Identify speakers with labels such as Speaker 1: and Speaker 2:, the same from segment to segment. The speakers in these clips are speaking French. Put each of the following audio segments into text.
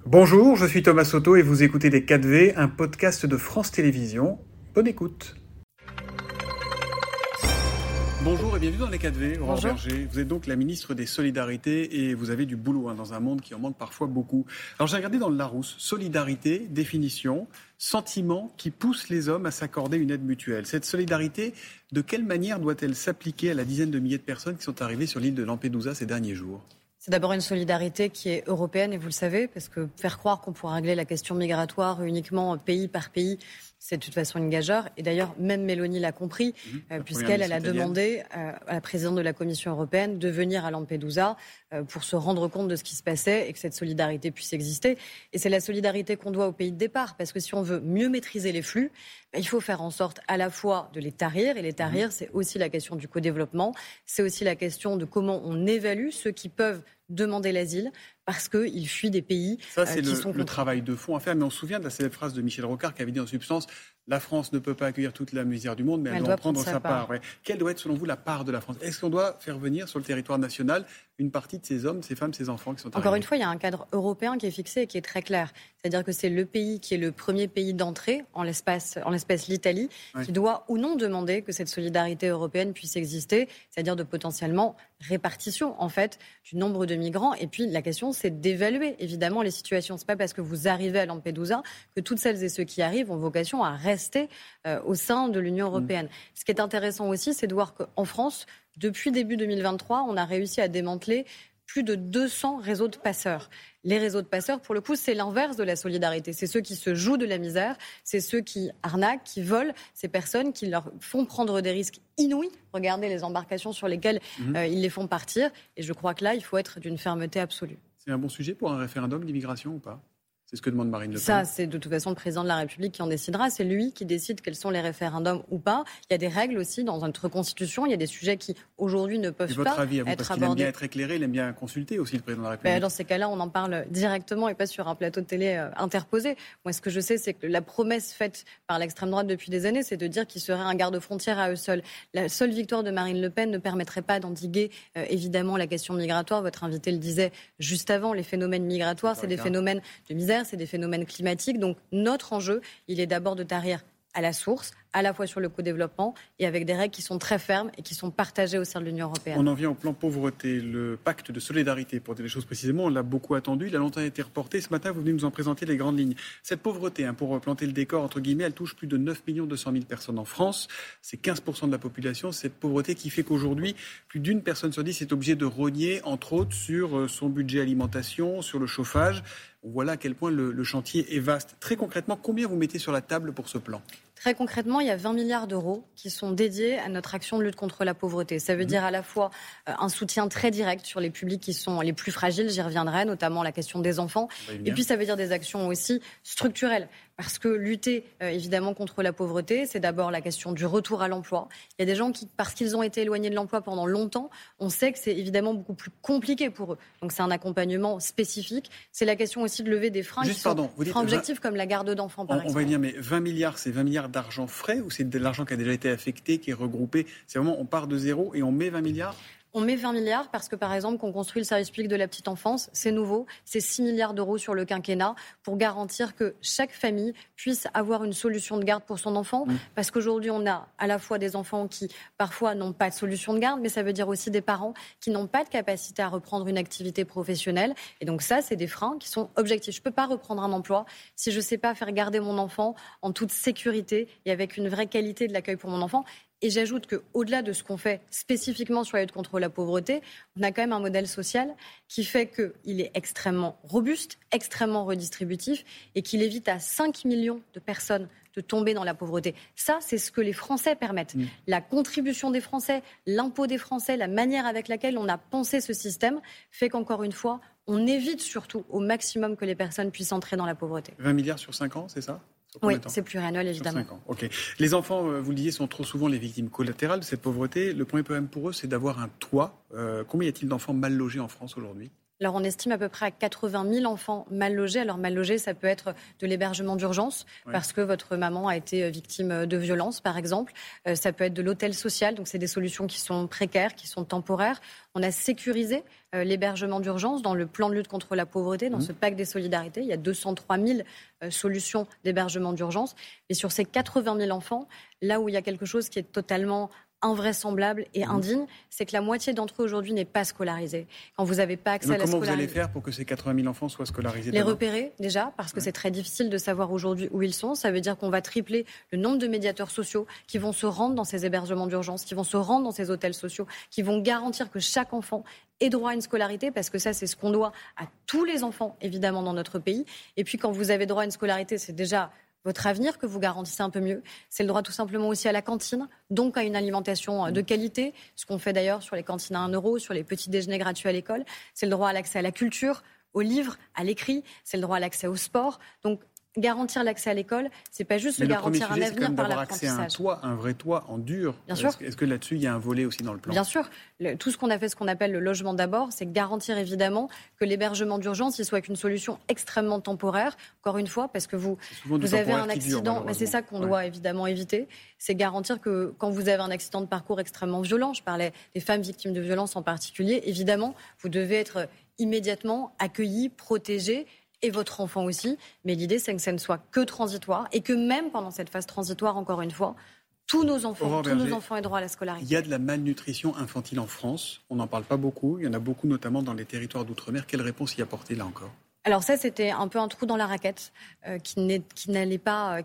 Speaker 1: Bonjour, je suis Thomas Soto et vous écoutez Les 4V, un podcast de France Télévisions. Bonne écoute. Bonjour et bienvenue dans Les 4V, Aurore Berger. Vous êtes donc la ministre des Solidarités et vous avez du boulot dans un monde qui en manque parfois beaucoup. Alors j'ai regardé dans le Larousse, solidarité, définition, sentiment qui pousse les hommes à s'accorder une aide mutuelle. Cette solidarité, de quelle manière doit-elle s'appliquer à la dizaine de milliers de personnes qui sont arrivées sur l'île de Lampedusa ces derniers jours ?
Speaker 2: C'est d'abord une solidarité qui est européenne, et vous le savez, parce que faire croire qu'on pourra régler la question migratoire uniquement pays par pays, c'est de toute façon une gageure. Et d'ailleurs, même Mélanie l'a compris, puisqu'elle a demandé à la présidente de la Commission européenne de venir à Lampedusa pour se rendre compte de ce qui se passait et que cette solidarité puisse exister. Et c'est la solidarité qu'on doit au pays de départ, parce que si on veut mieux maîtriser les flux, il faut faire en sorte à la fois de les tarir, et les tarir, c'est aussi la question du co-développement, c'est aussi la question de comment on évalue ceux qui peuvent demander l'asile parce qu'ils fuient des pays
Speaker 1: Ça, c'est le travail de fond à faire. Mais on se souvient de la célèbre phrase de Michel Rocard qui avait dit en substance « La France ne peut pas accueillir toute la misère du monde, mais elle doit prendre sa part. » Quelle doit être, selon vous, la part de la France ? Est-ce qu'on doit faire venir sur le territoire national une partie de ces hommes, ces femmes, ces enfants qui sont arrivés ?
Speaker 2: Encore une fois, il y a un cadre européen qui est fixé et qui est très clair. C'est-à-dire que c'est le pays qui est le premier pays d'entrée, en l'espèce l'Italie, qui doit ou non demander que cette solidarité européenne puisse exister, c'est-à-dire de potentiellement répartition, en fait, du nombre de migrants. Et puis, la question, c'est d'évaluer, évidemment, les situations. C'est pas parce que vous arrivez à Lampedusa que toutes celles et ceux qui arrivent ont vocation à rester au sein de l'Union européenne. Ce qui est intéressant aussi, c'est de voir qu'en France, depuis début 2023, on a réussi à démanteler plus de 200 réseaux de passeurs. Les réseaux de passeurs, pour le coup, c'est l'inverse de la solidarité. C'est ceux qui se jouent de la misère, c'est ceux qui arnaquent, qui volent ces personnes, qui leur font prendre des risques inouïs. Regardez les embarcations sur lesquelles ils les font partir. Et je crois que là, il faut être d'une fermeté absolue.
Speaker 1: C'est un bon sujet pour un référendum d'immigration ou pas ? C'est ce que demande Marine Le Pen.
Speaker 2: Ça, c'est de toute façon le président de la République qui en décidera. C'est lui qui décide quels sont les référendums ou pas. Il y a des règles aussi dans notre Constitution. Il y a des sujets qui, aujourd'hui, ne peuvent pas
Speaker 1: avis,
Speaker 2: être
Speaker 1: parce qu'il
Speaker 2: abordés.
Speaker 1: aime bien être éclairé, il aime bien consulter aussi le président de la République.
Speaker 2: Dans ces cas-là, on en parle directement et pas sur un plateau de télé interposé. Moi, ce que je sais, c'est que la promesse faite par l'extrême droite depuis des années, c'est de dire qu'il serait un garde-frontière à eux seuls. La seule victoire de Marine Le Pen ne permettrait pas d'endiguer, évidemment, la question migratoire. Votre invité le disait juste avant, les phénomènes migratoires, c'est des phénomènes de misère, c'est des phénomènes climatiques. Donc notre enjeu, il est d'abord de tarir à la source, à la fois sur le co-développement et avec des règles qui sont très fermes et qui sont partagées au sein de l'Union européenne.
Speaker 1: On en vient au plan pauvreté, le pacte de solidarité, pour dire les choses précisément, on l'a beaucoup attendu, il a longtemps été reporté. Ce matin, vous venez nous en présenter les grandes lignes. Cette pauvreté, pour planter le décor, entre guillemets, elle touche plus de 9 200 000 personnes en France. C'est 15% de la population. Cette pauvreté qui fait qu'aujourd'hui, plus d'une personne sur 10 est obligée de rogner, entre autres, sur son budget alimentation, sur le chauffage. Voilà à quel point le chantier est vaste. Très concrètement, combien vous mettez sur la table pour ce plan ?
Speaker 2: Très concrètement, il y a 20 milliards d'euros qui sont dédiés à notre action de lutte contre la pauvreté. Ça veut dire à la fois un soutien très direct sur les publics qui sont les plus fragiles, j'y reviendrai, notamment la question des enfants. Et puis ça veut dire des actions aussi structurelles. Parce que lutter évidemment contre la pauvreté, c'est d'abord la question du retour à l'emploi. Il y a des gens qui, parce qu'ils ont été éloignés de l'emploi pendant longtemps, on sait que c'est évidemment beaucoup plus compliqué pour eux. Donc c'est un accompagnement spécifique. C'est la question aussi de lever des freins freins objectifs comme la garde d'enfants par exemple.
Speaker 1: On va dire, mais 20 milliards, c'est 20 milliards d'argent frais ou c'est de l'argent qui a déjà été affecté, qui est regroupé ? C'est vraiment, on part de zéro et on met 20 milliards ?
Speaker 2: On met 20 milliards parce que, par exemple, qu'on construit le service public de la petite enfance, c'est nouveau. C'est 6 milliards d'euros sur le quinquennat pour garantir que chaque famille puisse avoir une solution de garde pour son enfant. Parce qu'aujourd'hui, on a à la fois des enfants qui, parfois, n'ont pas de solution de garde, mais ça veut dire aussi des parents qui n'ont pas de capacité à reprendre une activité professionnelle. Et donc ça, c'est des freins qui sont objectifs. Je ne peux pas reprendre un emploi si je ne sais pas faire garder mon enfant en toute sécurité et avec une vraie qualité de l'accueil pour mon enfant. Et j'ajoute qu'au-delà de ce qu'on fait spécifiquement sur la lutte contre la pauvreté, on a quand même un modèle social qui fait qu'il est extrêmement robuste, extrêmement redistributif et qu'il évite à 5 millions de personnes de tomber dans la pauvreté. Ça, c'est ce que les Français permettent. La contribution des Français, l'impôt des Français, la manière avec laquelle on a pensé ce système fait qu'encore une fois, on évite surtout au maximum que les personnes puissent entrer dans la pauvreté.
Speaker 1: 20 milliards sur 5 ans, c'est ça ?
Speaker 2: Oui, c'est pluriannuel, évidemment.
Speaker 1: Sur 5 ans. Okay. Les enfants, vous le disiez, sont trop souvent les victimes collatérales de cette pauvreté. Le premier problème pour eux, c'est d'avoir un toit. Combien y a-t-il d'enfants mal logés en France aujourd'hui ?
Speaker 2: Alors on estime à peu près à 80 000 enfants mal logés. Alors mal logés, ça peut être de l'hébergement d'urgence parce que votre maman a été victime de violences, par exemple. Ça peut être de l'hôtel social, donc c'est des solutions qui sont précaires, qui sont temporaires. On a sécurisé l'hébergement d'urgence dans le plan de lutte contre la pauvreté, dans ce pacte des solidarités. Il y a 203 000 solutions d'hébergement d'urgence. Mais sur ces 80 000 enfants, là où il y a quelque chose qui est totalement invraisemblable et indigne, c'est que la moitié d'entre eux aujourd'hui n'est pas scolarisée. Quand vous n'avez pas accès à la scolarité...
Speaker 1: Comment vous allez faire pour que ces 80 000 enfants soient scolarisés?
Speaker 2: Les repérer déjà, parce que c'est très difficile de savoir aujourd'hui où ils sont. Ça veut dire qu'on va tripler le nombre de médiateurs sociaux qui vont se rendre dans ces hébergements d'urgence, qui vont se rendre dans ces hôtels sociaux, qui vont garantir que chaque enfant ait droit à une scolarité, parce que ça, c'est ce qu'on doit à tous les enfants, évidemment, dans notre pays. Et puis, quand vous avez droit à une scolarité, c'est déjà votre avenir que vous garantissez un peu mieux. C'est le droit tout simplement aussi à la cantine, donc à une alimentation de qualité, ce qu'on fait d'ailleurs sur les cantines à 1 euro, sur les petits déjeuners gratuits à l'école. C'est le droit à l'accès à la culture, aux livres, à l'écrit. C'est le droit à l'accès au sport. Donc garantir l'accès à l'école, c'est pas juste garantir un avenir par l'apprentissage.
Speaker 1: Accès à un toit, un vrai toit en dur.
Speaker 2: Bien sûr.
Speaker 1: Est-ce que là-dessus, il y a un volet aussi dans le plan?
Speaker 2: Bien sûr. Tout ce qu'on a fait, ce qu'on appelle le logement d'abord, c'est garantir évidemment que l'hébergement d'urgence, il soit une solution extrêmement temporaire. Encore une fois, parce que vous avez un accident, mais c'est ça qu'on doit évidemment éviter. C'est garantir que quand vous avez un accident de parcours extrêmement violent, je parlais des femmes victimes de violences en particulier, évidemment, vous devez être immédiatement accueillis, protégés, et votre enfant aussi. Mais l'idée, c'est que ça ne soit que transitoire et que même pendant cette phase transitoire, encore une fois, tous nos enfants aient droit à la scolarité.
Speaker 1: Il y a de la malnutrition infantile en France. On n'en parle pas beaucoup. Il y en a beaucoup, notamment dans les territoires d'outre-mer. Quelle réponse y apporter là encore?
Speaker 2: Alors ça, c'était un peu un trou dans la raquette qui n'allait pas,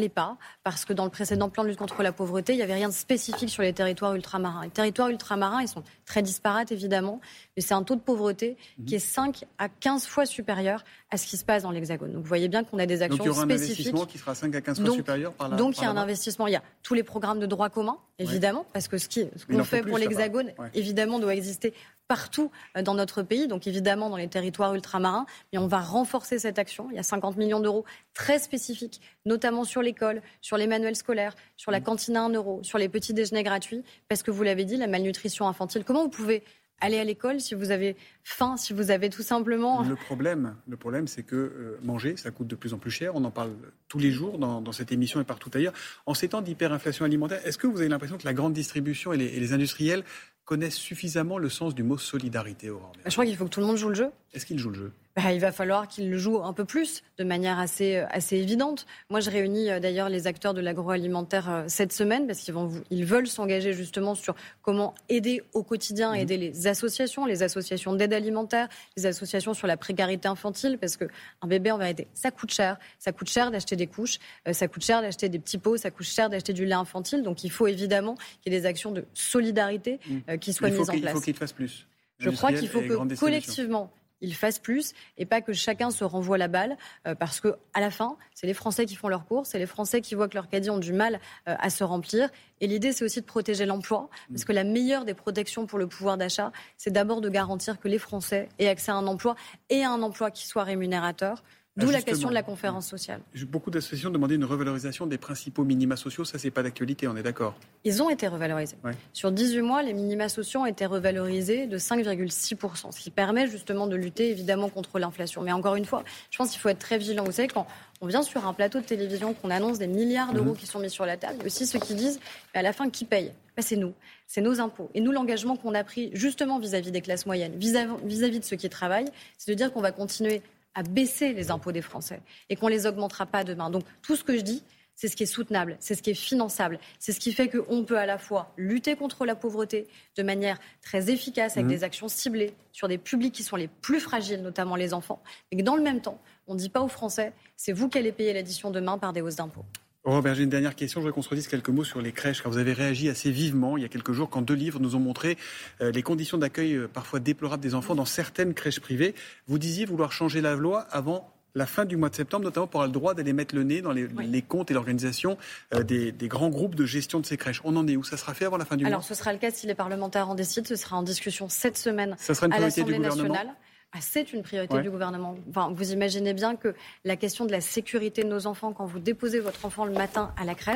Speaker 2: parce que dans le précédent plan de lutte contre la pauvreté, il n'y avait rien de spécifique sur les territoires ultramarins. Les territoires ultramarins, ils sont très disparates évidemment, mais c'est un taux de pauvreté qui est 5 à 15 fois supérieur à ce qui se passe dans l'Hexagone. Donc vous voyez bien qu'on a des actions spécifiques. Donc il y aura un investissement
Speaker 1: qui sera 5 à 15 fois supérieur par là.
Speaker 2: Donc il y a un investissement. Il y a tous les programmes de droit commun, évidemment, parce que ce qu'on fait pour l'Hexagone, évidemment, doit exister partout dans notre pays, donc évidemment dans les territoires ultramarins, mais on va renforcer cette action. Il y a 50 millions d'euros très spécifiques, notamment sur l'école, sur les manuels scolaires, sur la cantine à 1 euro, sur les petits déjeuners gratuits, parce que vous l'avez dit, la malnutrition infantile. Comment vous pouvez aller à l'école si vous avez faim, si vous avez tout simplement...
Speaker 1: Le problème, c'est que manger, ça coûte de plus en plus cher. On en parle tous les jours dans cette émission et partout ailleurs. En ces temps d'hyperinflation alimentaire, est-ce que vous avez l'impression que la grande distribution et les industriels connaissent suffisamment le sens du mot solidarité, Aurore?
Speaker 2: Je crois qu'il faut que tout le monde joue le jeu.
Speaker 1: Est-ce qu'il joue le jeu?
Speaker 2: Il va falloir qu'ils le jouent un peu plus, de manière assez évidente. Moi, je réunis d'ailleurs les acteurs de l'agroalimentaire cette semaine, parce qu'ils veulent s'engager justement sur comment aider au quotidien, aider les associations d'aide alimentaire, les associations sur la précarité infantile, parce qu'un bébé, en vérité, ça coûte cher. Ça coûte cher d'acheter des couches, ça coûte cher d'acheter des petits pots, ça coûte cher d'acheter du lait infantile. Donc il faut évidemment qu'il y ait des actions de solidarité qui soient mises en place.
Speaker 1: Il faut qu'ils fassent plus.
Speaker 2: Je crois qu'il faut que collectivement, ils fassent plus et pas que chacun se renvoie la balle, parce que à la fin, c'est les Français qui font leurs courses, c'est les Français qui voient que leurs caddies ont du mal à se remplir. Et l'idée, c'est aussi de protéger l'emploi, parce que la meilleure des protections pour le pouvoir d'achat, c'est d'abord de garantir que les Français aient accès à un emploi et à un emploi qui soit rémunérateur. D'où la question de la conférence sociale.
Speaker 1: Beaucoup d'associations demandaient une revalorisation des principaux minima sociaux. Ça, c'est pas d'actualité, on est d'accord?
Speaker 2: Ils ont été revalorisés. Ouais. Sur 18 mois, les minima sociaux ont été revalorisés de 5,6%, ce qui permet justement de lutter évidemment contre l'inflation. Mais encore une fois, je pense qu'il faut être très vigilant. Vous savez, quand on vient sur un plateau de télévision, qu'on annonce des milliards d'euros qui sont mis sur la table, il y a aussi ceux qui disent, à la fin, qui paye? C'est nous, c'est nos impôts. Et nous, l'engagement qu'on a pris justement vis-à-vis des classes moyennes, vis-à-vis de ceux qui travaillent, c'est de dire qu'on va continuer à baisser les impôts des Français et qu'on ne les augmentera pas demain. Donc tout ce que je dis, c'est ce qui est soutenable, c'est ce qui est finançable, c'est ce qui fait qu'on peut à la fois lutter contre la pauvreté de manière très efficace avec des actions ciblées sur des publics qui sont les plus fragiles, notamment les enfants, mais que dans le même temps, on ne dit pas aux Français, c'est vous qui allez payer l'addition demain par des hausses d'impôts.
Speaker 1: Aurore Berger, une dernière question. Je voudrais qu'on se redise quelques mots sur les crèches, car vous avez réagi assez vivement il y a quelques jours quand 2 livres nous ont montré les conditions d'accueil parfois déplorables des enfants dans certaines crèches privées. Vous disiez vouloir changer la loi avant la fin du mois de septembre, notamment pour avoir le droit d'aller mettre le nez dans les comptes et l'organisation des grands groupes de gestion de ces crèches. On en est où? Ça sera fait avant la fin du mois?
Speaker 2: Alors ce sera le cas si les parlementaires en décident. Ce sera en discussion cette semaine
Speaker 1: à l'Assemblée
Speaker 2: nationale. C'est une priorité du gouvernement. Enfin, vous imaginez bien que la question de la sécurité de nos enfants, quand vous déposez votre enfant le matin à la crèche,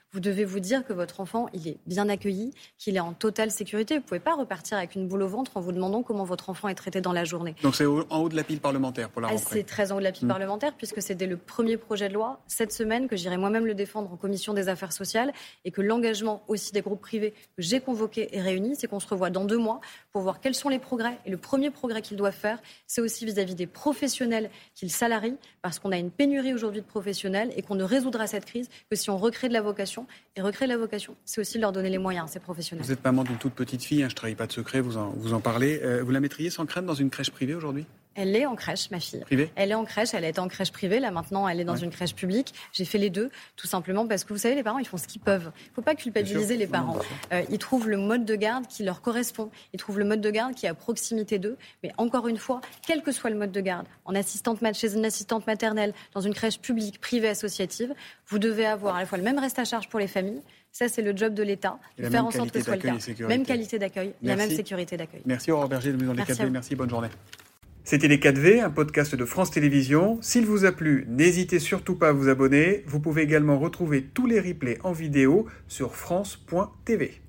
Speaker 2: vous devez vous dire que votre enfant, il est bien accueilli, qu'il est en totale sécurité. Vous ne pouvez pas repartir avec une boule au ventre en vous demandant comment votre enfant est traité dans la journée.
Speaker 1: Donc c'est en haut de la pile parlementaire pour la rentrée.
Speaker 2: C'est très en haut de la pile parlementaire, puisque c'est dès le premier projet de loi, cette semaine, que j'irai moi-même le défendre en commission des affaires sociales, et que l'engagement aussi des groupes privés que j'ai convoqués et réunis, c'est qu'on se revoit dans 2 mois pour voir quels sont les progrès. Et le premier progrès qu'ils doivent faire, c'est aussi vis-à-vis des professionnels qu'ils salarient, parce qu'on a une pénurie aujourd'hui de professionnels et qu'on ne résoudra cette crise que si on recrée de la vocation. Et recréer de la vocation, c'est aussi de leur donner les moyens, ces professionnels.
Speaker 1: Vous êtes maman d'une toute petite fille, je ne trahis pas de secret, vous en parlez. Vous la mettriez sans crainte dans une crèche privée aujourd'hui ?
Speaker 2: Elle est en crèche, ma fille.
Speaker 1: Privée ? Elle
Speaker 2: est en crèche, elle a été en crèche privée, là maintenant elle est dans une crèche publique. J'ai fait les deux, tout simplement parce que vous savez, les parents, ils font ce qu'ils peuvent. Il ne faut pas culpabiliser les parents. Ils trouvent le mode de garde qui leur correspond. Ils trouvent le mode de garde qui est à proximité d'eux. Mais encore une fois, quel que soit le mode de garde, chez une assistante maternelle, dans une crèche publique, privée, associative, vous devez avoir à la fois le même reste à charge pour les familles. Ça, c'est le job de l'État, de faire en sorte que ce soit le cas. Même qualité d'accueil, la même sécurité d'accueil.
Speaker 1: Merci Aurore Berger de nous dans les 4V. Merci, bonne journée. C'était Les 4V, un podcast de France Télévisions. S'il vous a plu, n'hésitez surtout pas à vous abonner. Vous pouvez également retrouver tous les replays en vidéo sur France.tv.